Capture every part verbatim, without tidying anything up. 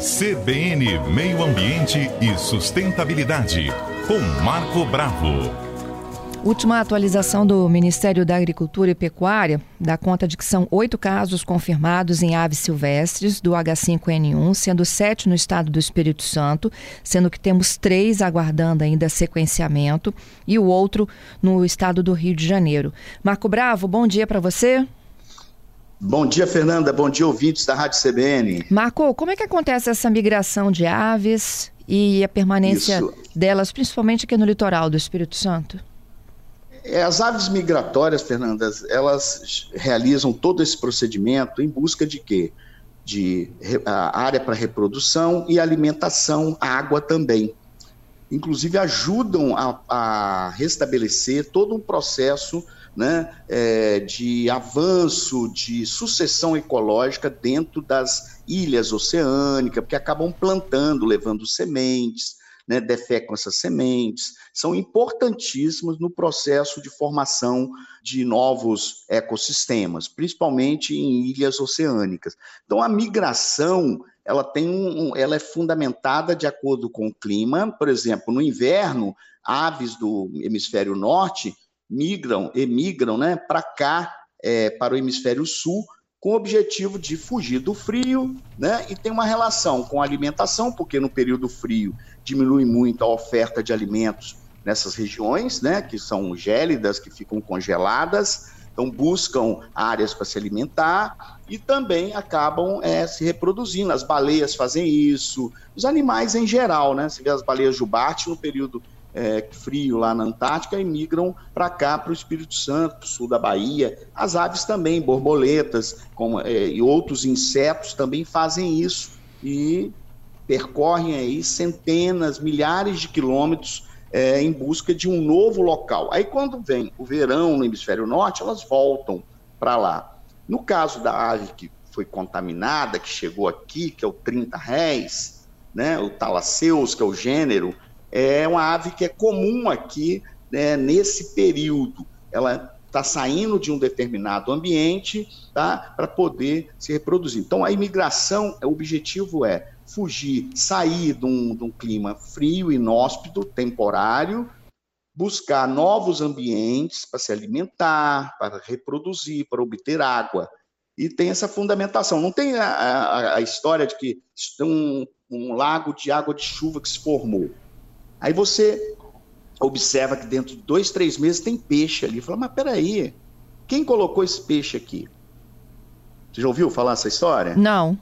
C B N Meio Ambiente e Sustentabilidade, com Marco Bravo. Última atualização do Ministério da Agricultura e Pecuária dá conta de que são oito casos confirmados em aves silvestres do H cinco N um, sendo sete no estado do Espírito Santo, sendo que temos três aguardando ainda sequenciamento e o outro no estado do Rio de Janeiro. Marco Bravo, bom dia para você. Bom dia, Fernanda. Bom dia, ouvintes da Rádio C B N. Marco, como é que acontece essa migração de aves e a permanência Isso. delas, principalmente aqui no litoral do Espírito Santo? As aves migratórias, Fernanda, elas realizam todo esse procedimento em busca de quê? De a área para reprodução e alimentação, água também. Inclusive ajudam a, a restabelecer todo um processo, né, é, de avanço, de sucessão ecológica dentro das ilhas oceânicas, porque acabam plantando, levando sementes, né, defecam essas sementes, são importantíssimos no processo de formação de novos ecossistemas, principalmente em ilhas oceânicas. Então, a migração, ela, tem um, ela é fundamentada de acordo com o clima. Por exemplo, no inverno, aves do hemisfério norte migram, emigram, né, para cá, é, para o hemisfério sul, com o objetivo de fugir do frio, né? E tem uma relação com a alimentação, porque no período frio diminui muito a oferta de alimentos nessas regiões, né? Que são gélidas, que ficam congeladas, então buscam áreas para se alimentar e também acabam é, se reproduzindo. As baleias fazem isso, os animais em geral, né? Você vê as baleias jubarte no período É, frio lá na Antártica e migram para cá, para o Espírito Santo, para o sul da Bahia. As aves também, borboletas como, é, e outros insetos também fazem isso e percorrem aí centenas, milhares de quilômetros é, em busca de um novo local. Aí quando vem o verão no hemisfério norte, elas voltam para lá. No caso da ave que foi contaminada, que chegou aqui, que é o trinta réis, né, o Thalasseus, que é o gênero, é uma ave que é comum aqui, né, nesse período. Ela está saindo de um determinado ambiente, tá, para poder se reproduzir. Então, a imigração, o objetivo é fugir, sair de um, de um clima frio, inóspito, temporário, buscar novos ambientes para se alimentar, para reproduzir, para obter água. E tem essa fundamentação. Não tem a, a, a história de que tem um, um lago de água de chuva que se formou. Aí você observa que dentro de dois, três meses tem peixe ali. Fala, mas peraí, quem colocou esse peixe aqui? Você já ouviu falar essa história? Não.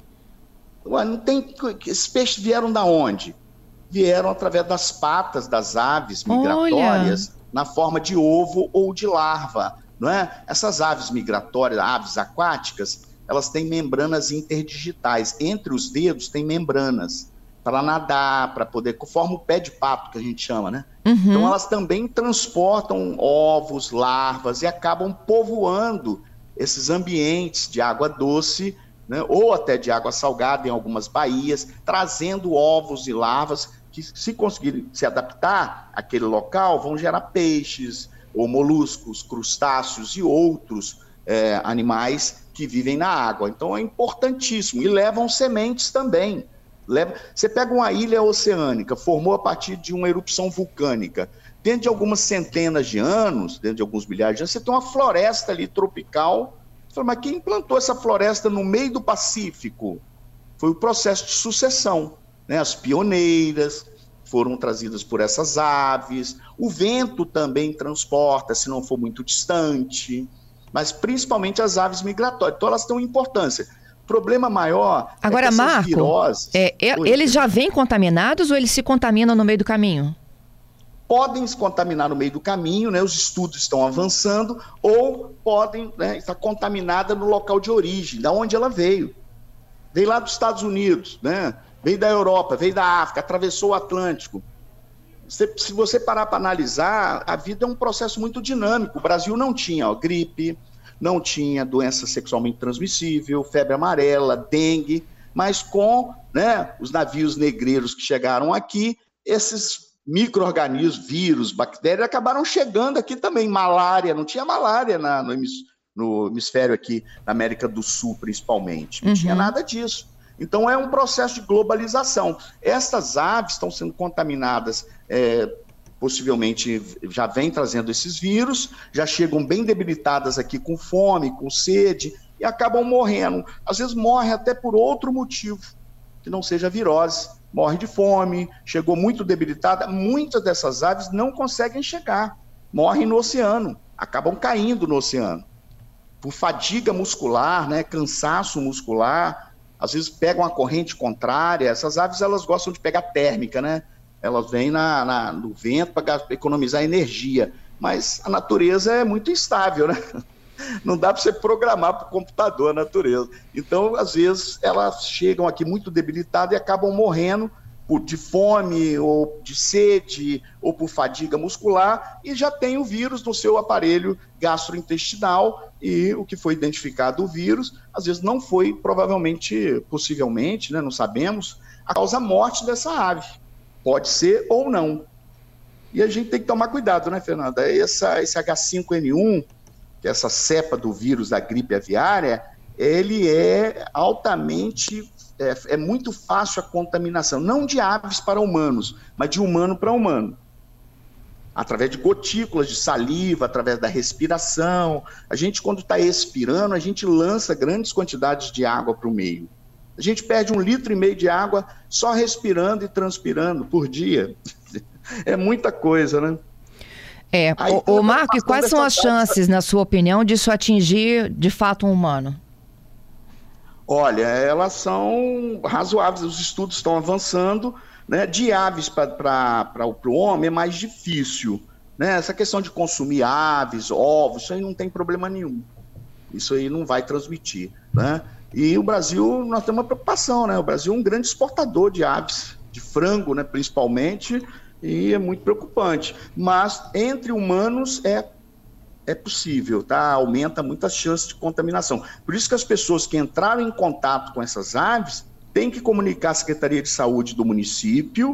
Ué, não tem. Esses peixes vieram da onde? Vieram através das patas das aves migratórias, Olha. na forma de ovo ou de larva, não é? Essas aves migratórias, aves aquáticas, elas têm membranas interdigitais. Entre os dedos tem membranas para nadar, para poder, forma o pé de pato, que a gente chama, né? Uhum. Então elas também transportam ovos, larvas e acabam povoando esses ambientes de água doce, né? Ou até de água salgada em algumas baías, trazendo ovos e larvas que, se conseguirem se adaptar àquele local, vão gerar peixes, ou moluscos, crustáceos e outros é, animais que vivem na água. Então é importantíssimo. E levam sementes também. Leva... Você pega uma ilha oceânica, formou a partir de uma erupção vulcânica. Dentro de algumas centenas de anos, dentro de alguns milhares de anos, você tem uma floresta ali tropical. Você fala, mas quem implantou essa floresta no meio do Pacífico? Foi o processo de sucessão, né? As pioneiras foram trazidas por essas aves. O vento também transporta, se não for muito distante. Mas principalmente as aves migratórias. Então elas têm uma importância. O problema maior Agora, é que Marco, viroses... é, é, eles já vêm contaminados ou eles se contaminam no meio do caminho? Podem se contaminar no meio do caminho, né? Os estudos estão avançando, ou podem, né, estar contaminada no local de origem, da onde ela veio. Veio lá dos Estados Unidos, né? Veio da Europa, veio da África, atravessou o Atlântico. Se, se você parar para analisar, a vida é um processo muito dinâmico. O Brasil não tinha ó, gripe, não tinha doença sexualmente transmissível, febre amarela, dengue, mas com, né, os navios negreiros que chegaram aqui, esses micro-organismos, vírus, bactérias, acabaram chegando aqui também. Malária, não tinha malária na, no, hemis, no hemisfério aqui, na América do Sul, principalmente. Não uhum. tinha nada disso. Então é um processo de globalização. Estas aves estão sendo contaminadas, é, possivelmente já vem trazendo esses vírus, já chegam bem debilitadas aqui com fome, com sede, e acabam morrendo. Às vezes morre até por outro motivo, que não seja virose. Morre de fome, chegou muito debilitada. Muitas dessas aves não conseguem chegar, morrem no oceano, acabam caindo no oceano. Por fadiga muscular, né, cansaço muscular, às vezes pegam a corrente contrária. Essas aves, elas gostam de pegar térmica, né? Elas vêm na, na, no vento para economizar energia, mas a natureza é muito instável, né? Não dá para você programar para o computador a natureza. Então, às vezes, elas chegam aqui muito debilitadas e acabam morrendo por, de fome, ou de sede, ou por fadiga muscular, e já tem o vírus no seu aparelho gastrointestinal, e o que foi identificado o vírus, às vezes não foi, provavelmente, possivelmente, né, não sabemos, a causa morte dessa ave. Pode ser ou não. E a gente tem que tomar cuidado, né, Fernanda? Essa, esse H cinco N um, que é essa cepa do vírus da gripe aviária, ele é altamente, é, é muito fácil a contaminação, não de aves para humanos, mas de humano para humano. Através de gotículas de saliva, através da respiração. A gente, quando está expirando, a gente lança grandes quantidades de água para o meio. A gente perde um litro e meio de água só respirando e transpirando por dia. É muita coisa, né? É, Aí, o, o Marco, e quais são as chances, na sua opinião, disso atingir de fato um humano? Olha, elas são razoáveis, os estudos estão avançando, né? De aves para o homem é mais difícil, né? Essa questão de consumir aves, ovos, isso aí não tem problema nenhum. Isso aí não vai transmitir, né? E o Brasil, nós temos uma preocupação, né? O Brasil é um grande exportador de aves, de frango, né, principalmente, e é muito preocupante. Mas entre humanos é, é possível, tá? Aumenta muitas chances de contaminação. Por isso que as pessoas que entraram em contato com essas aves têm que comunicar à Secretaria de Saúde do município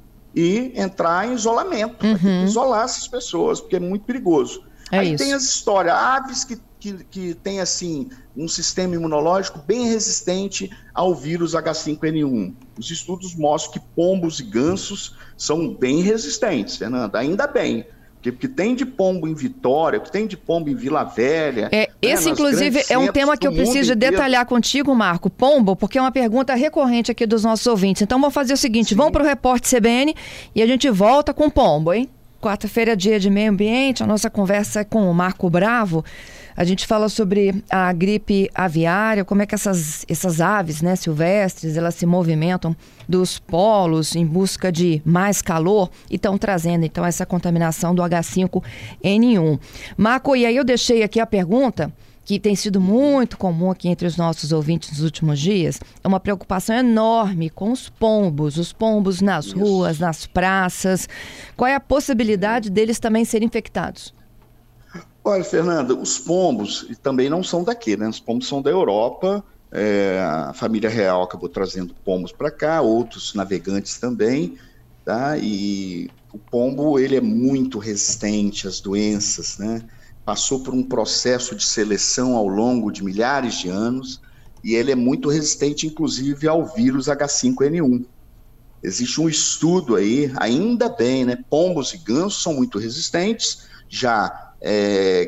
e entrar em isolamento, uhum. Tem que isolar essas pessoas, porque é muito perigoso. É Aí isso. Tem as histórias, aves que Que, que tem assim, um sistema imunológico bem resistente ao vírus H cinco N um. Os estudos mostram que pombos e gansos são bem resistentes, Fernanda, ainda bem. Porque, porque tem de pombo em Vitória, que tem de pombo em Vila Velha. É, né, esse, inclusive, é um tema que eu preciso inteiro. detalhar contigo, Marco. Pombo, porque é uma pergunta recorrente aqui dos nossos ouvintes. Então, vamos fazer o seguinte, Sim. vamos para o Repórter C B N e a gente volta com pombo, hein? Quarta-feira, dia de meio ambiente, a nossa conversa é com o Marco Bravo. A gente fala sobre a gripe aviária, como é que essas, essas aves, né, silvestres, elas se movimentam dos polos em busca de mais calor e estão trazendo, então, essa contaminação do H cinco N um. Marco, e aí eu deixei aqui a pergunta, que tem sido muito comum aqui entre os nossos ouvintes nos últimos dias, é uma preocupação enorme com os pombos, os pombos nas Isso. ruas, nas praças. Qual é a possibilidade deles também serem infectados? Olha, Fernanda, os pombos também não são daqui, né? Os pombos são da Europa, é, a família real acabou trazendo pombos para cá, outros navegantes também, tá? E o pombo, ele é muito resistente às doenças, né? Passou por um processo de seleção ao longo de milhares de anos e ele é muito resistente, inclusive, ao vírus H cinco N um. Existe um estudo aí, ainda bem, né? Pombos e gansos são muito resistentes, já é,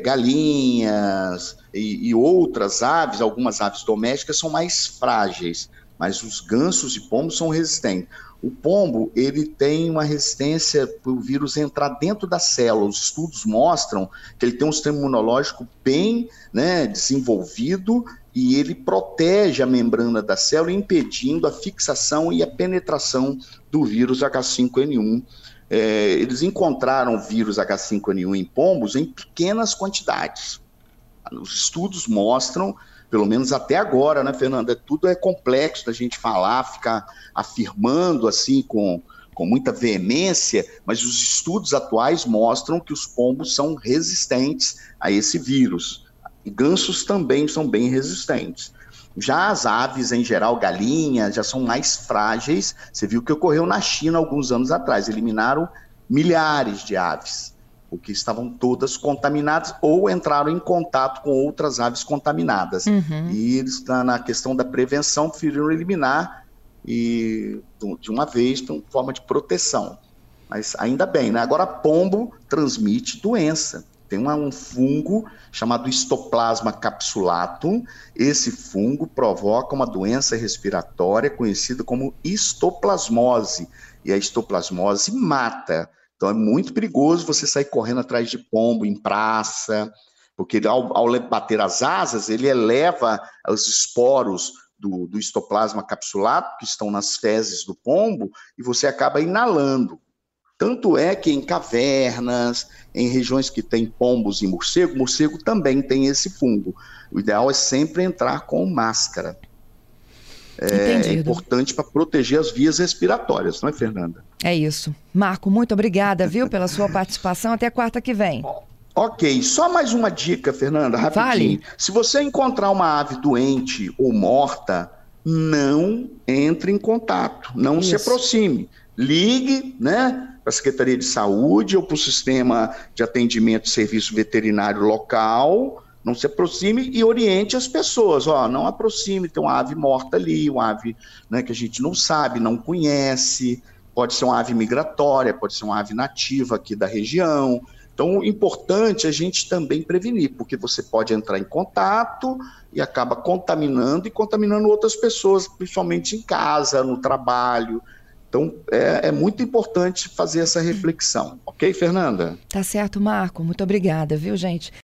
galinhas e, e outras aves, algumas aves domésticas são mais frágeis, mas os gansos e pombos são resistentes. O pombo, ele tem uma resistência para o vírus entrar dentro da célula. Os estudos mostram que ele tem um sistema imunológico bem, né, desenvolvido e ele protege a membrana da célula, impedindo a fixação e a penetração do vírus H cinco N um. É, eles encontraram o vírus H cinco N um em pombos em pequenas quantidades. Os estudos mostram, pelo menos até agora, né, Fernanda? Tudo é complexo da gente falar, ficar afirmando assim com, com muita veemência, mas os estudos atuais mostram que os pombos são resistentes a esse vírus. E gansos também são bem resistentes. Já as aves, em geral, galinhas, já são mais frágeis. Você viu o que ocorreu na China alguns anos atrás. Eliminaram milhares de aves. porque estavam todas contaminadas ou entraram em contato com outras aves contaminadas. Uhum. E eles, na, na questão da prevenção, preferiram eliminar e, de uma vez, de forma de proteção. Mas ainda bem, né? Agora, pombo transmite doença. Tem uma, um fungo chamado Histoplasma capsulatum. Esse fungo provoca uma doença respiratória conhecida como histoplasmose. E a histoplasmose mata. Então é muito perigoso você sair correndo atrás de pombo em praça, porque ao, ao bater as asas, ele eleva os esporos do, do Histoplasma capsulatum, que estão nas fezes do pombo, e você acaba inalando. Tanto é que em cavernas, em regiões que tem pombos e morcego, morcego também tem esse fungo. O ideal é sempre entrar com máscara. É, é importante para proteger as vias respiratórias, não é, Fernanda? É isso. Marco, muito obrigada, viu, pela sua participação. Até quarta que vem. Ok, só mais uma dica, Fernanda, rapidinho. Fale. Se você encontrar uma ave doente ou morta, não entre em contato, não isso. se aproxime. Ligue, né, para a Secretaria de Saúde ou para o Sistema de Atendimento de Serviço Veterinário Local, não se aproxime e oriente as pessoas, ó, não aproxime, tem uma ave morta ali, uma ave, né, que a gente não sabe, não conhece, pode ser uma ave migratória, pode ser uma ave nativa aqui da região. Então, importante a gente também prevenir, porque você pode entrar em contato e acaba contaminando e contaminando outras pessoas, principalmente em casa, no trabalho. Então, é, é muito importante fazer essa reflexão. Ok, Fernanda? Tá certo, Marco. Muito obrigada, viu, gente?